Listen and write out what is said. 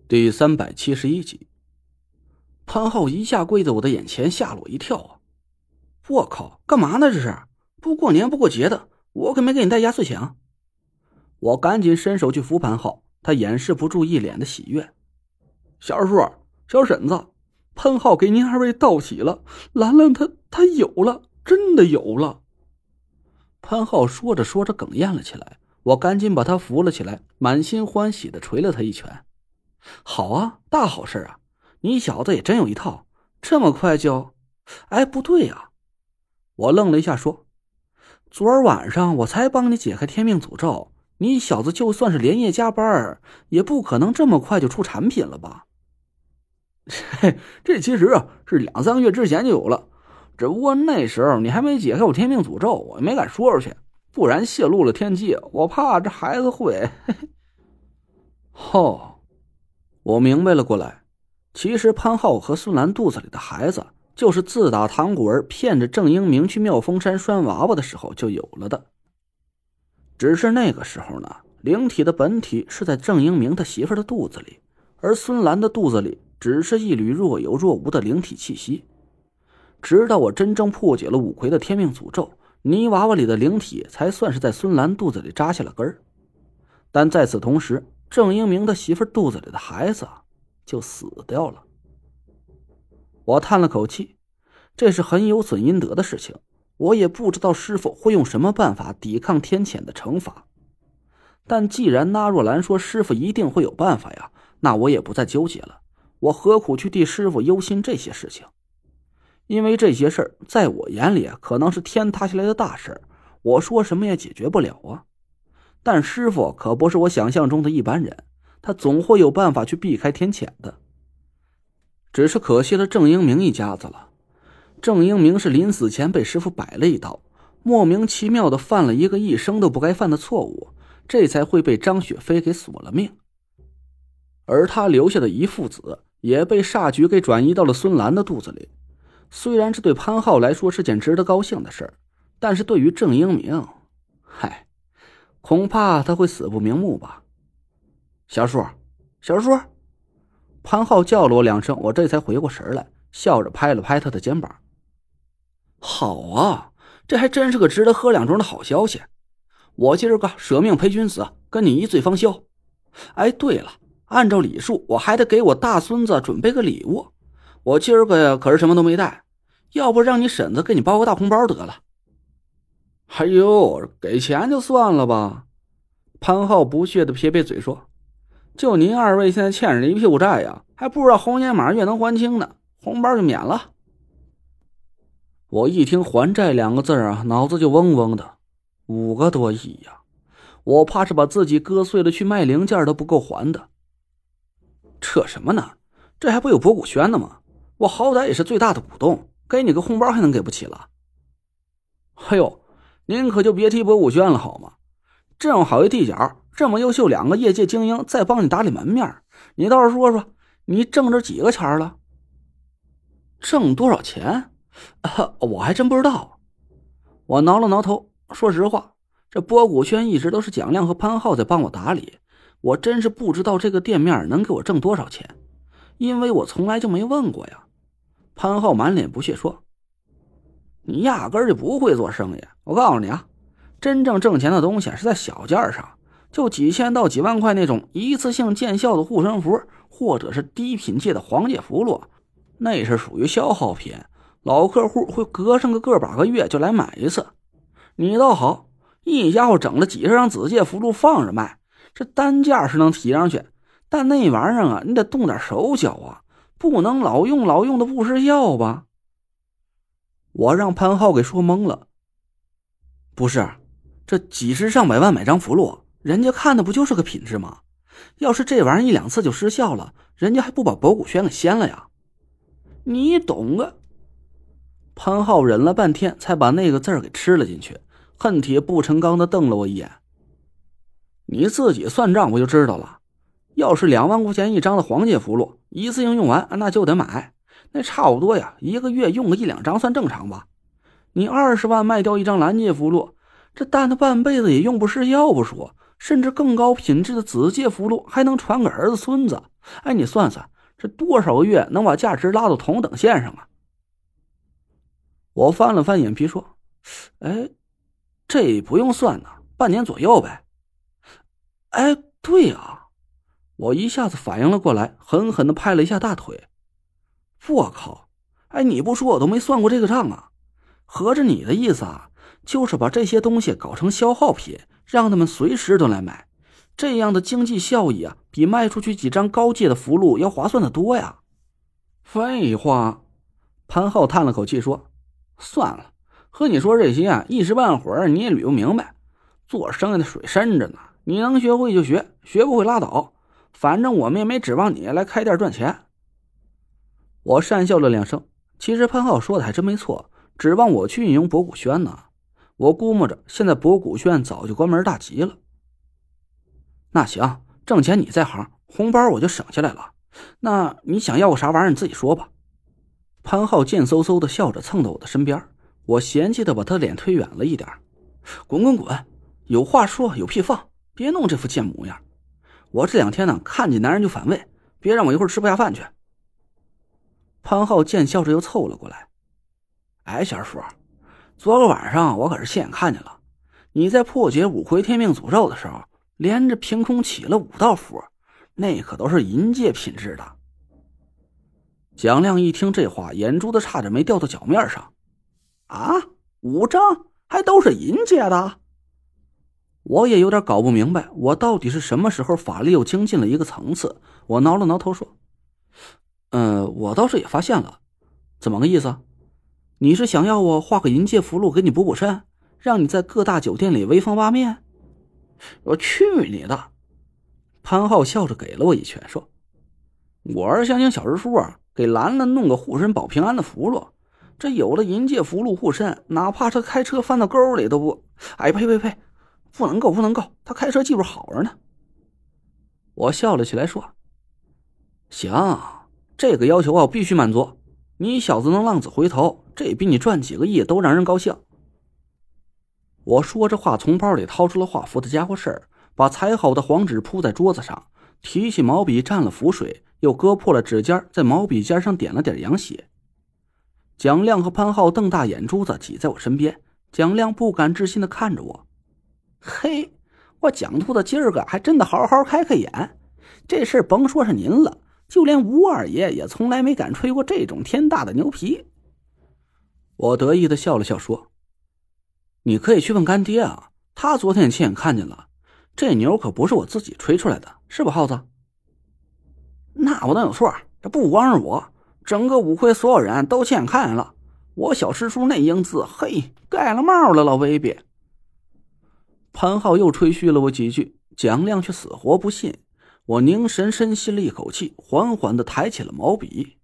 第371集。潘浩一下跪在我的眼前，吓了我一跳啊！我靠，干嘛呢这是？不过年不过节的，我可没给你带压岁钱啊！我赶紧伸手去扶潘浩，他掩饰不住一脸的喜悦。小叔、小婶子，潘浩给您二位道喜了，兰兰他有了，真的有了。潘浩说着说着哽咽了起来，我赶紧把他扶了起来，满心欢喜地捶了他一拳。好啊，大好事啊！你小子也真有一套，这么快就……哎，不对啊！我愣了一下说：“昨儿晚上我才帮你解开天命诅咒，你小子就算是连夜加班，也不可能这么快就出产品了吧？”这其实啊是2-3个月之前就有了，只不过那时候你还没解开我天命诅咒，我没敢说出去，不然泄露了天机，我怕这孩子会……我明白了过来，其实潘浩和孙兰肚子里的孩子，就是自打唐古儿骗着郑英明去妙峰山拴娃娃的时候就有了的。只是那个时候呢，灵体的本体是在郑英明他媳妇的肚子里，而孙兰的肚子里只是一缕若有若无的灵体气息。直到我真正破解了五魁的天命诅咒，泥娃娃里的灵体才算是在孙兰肚子里扎下了根儿。但在此同时，郑英明的媳妇肚子里的孩子就死掉了。我叹了口气，这是很有损阴德的事情，我也不知道师傅会用什么办法抵抗天谴的惩罚。但既然纳若兰说师傅一定会有办法呀，那我也不再纠结了，我何苦去替师傅忧心这些事情？因为这些事儿在我眼里可能是天塌下来的大事，我说什么也解决不了啊。但师傅可不是我想象中的一般人，他总会有办法去避开天谴的。只是可惜了郑英明一家子了。郑英明是临死前被师傅摆了一刀，莫名其妙的犯了一个一生都不该犯的错误，这才会被张雪飞给索了命。而他留下的一父子也被煞局给转移到了孙兰的肚子里。虽然这对潘浩来说是件值得高兴的事，但是对于郑英明，恐怕他会死不瞑目吧。小叔，小叔！潘浩叫了我2声，我这才回过神来，笑着拍了拍他的肩膀。好啊，这还真是个值得喝2盅的好消息。我今儿个舍命陪君子，跟你一醉方休。哎，对了，按照礼数，我还得给我大孙子准备个礼物。我今儿个呀可是什么都没带，要不让你婶子给你包个大红包得了。哎呦，给钱就算了吧。潘浩不屑地撇撇嘴说，就您2位现在欠着一屁股债呀，还不知道猴年马月能还清呢，红包就免了。我一听还债2个字啊，脑子就嗡嗡的。5个多亿呀，我怕是把自己割碎了去卖零件都不够还的。扯什么呢，这还不有博古轩呢吗？我好歹也是最大的股东，给你个红包还能给不起了？哎呦，您可就别提博古轩了好吗？这么好一地角，这么优秀2个业界精英再帮你打理门面，你倒是说说，你挣着几个钱了？挣多少钱？我还真不知道。我挠了挠头，说实话，这博古轩一直都是蒋亮和潘浩在帮我打理，我真是不知道这个店面能给我挣多少钱，因为我从来就没问过呀。潘浩满脸不屑说，你压根儿就不会做生意，我告诉你啊，真正挣钱的东西是在小件上，就几千到几万块那种一次性见效的护身符，或者是低品界的黄界符箓，那是属于消耗品，老客户会隔上个把个月就来买一次。你倒好，一家伙整了几十张紫界符箓放着卖，这单价是能提上去，但那玩意儿啊，你得动点手脚啊，不能老用的不失效吧。我让潘浩给说懵了。不是，这几十上百万买张符箓，人家看的不就是个品质吗？要是这玩意儿1-2次就失效了，人家还不把博古轩给掀了呀？你懂啊。潘浩忍了半天才把那个字儿给吃了进去，恨铁不成钢的瞪了我一眼。你自己算账不就知道了，要是2万块钱一张的黄界符箓，一次性用完那就得买，那差不多呀，1个月用个1-2张算正常吧。你20万卖掉一张蓝界符箓，这蛋他半辈子也用不失效不说，甚至更高品质的紫界符箓还能传给儿子孙子， 哎，你算算，这多少个月能把价值拉到同等线上啊？我翻了翻眼皮说：“哎，这不用算呢，半年左右呗。”哎，对啊，我一下子反应了过来，狠狠地拍了一下大腿。我靠！哎，你不说我都没算过这个账啊。合着你的意思啊，就是把这些东西搞成消耗品，让他们随时都来买。这样的经济效益啊，比卖出去几张高阶的符箓要划算的多呀。废话，潘浩叹了口气说：“算了，和你说这些啊，一时半会儿你也捋不明白。做生意的水深着呢，你能学会就学，学不会拉倒。反正我们也没指望你来开店赚钱。”我讪笑了两声，其实潘浩说的还真没错，指望我去运用博古轩呢。我估摸着现在博古轩早就关门大吉了。那行，挣钱你在行，红包我就省下来了。那你想要个啥玩意儿你自己说吧。潘浩贱嗖嗖的笑着蹭到我的身边，我嫌弃的把他脸推远了一点。滚滚滚，有话说有屁放，别弄这副贱模样。我这两天呢，看见男人就反胃，别让我一会儿吃不下饭去。潘浩贱笑着又凑了过来。哎，小叔，昨个晚上我可是亲眼看见了，你在破解五魁天命诅咒的时候，连着凭空起了5道符，那可都是银界品质的。蒋亮一听这话，眼珠子差点没掉到脚面上。啊，5张还都是银界的？我也有点搞不明白，我到底是什么时候法力又精进了一个层次。我挠了挠头说：“我倒是也发现了，怎么个意思？你是想要我画个银界符箓给你补补身，让你在各大酒店里威风八面？”我去你的！潘浩笑着给了我一拳，说：“我是想请小师叔啊，给兰兰弄个护身保平安的符箓。这有了银界符箓护身，哪怕他开车翻到沟里都不……哎，呸！不能够，他开车技术好着呢。”我笑了起来说：“行，这个要求我必须满足。你小子能浪子回头，这比你赚几个亿都让人高兴。”我说着话，从包里掏出了画符的家伙事儿，把裁好的黄纸铺在桌子上，提起毛笔蘸了符水，又割破了指尖，在毛笔尖上点了点羊血。蒋亮和潘浩瞪大眼珠子挤在我身边，蒋亮不敢置信地看着我。嘿，我蒋秃子今儿个还真的好好开眼，这事甭说是您了，就连吴二爷也从来没敢吹过这种天大的牛皮。我得意地笑了笑说：“你可以去问干爹啊，他昨天亲眼看见了，这牛可不是我自己吹出来的，是吧，耗子？”那不能有错，这不光是我，整个五魁所有人都亲眼看见了。我小师叔那英姿，嘿，盖了帽了，老 baby。潘浩又吹嘘了我几句，蒋亮却死活不信。我凝神深吸了一口气，缓缓地抬起了毛笔。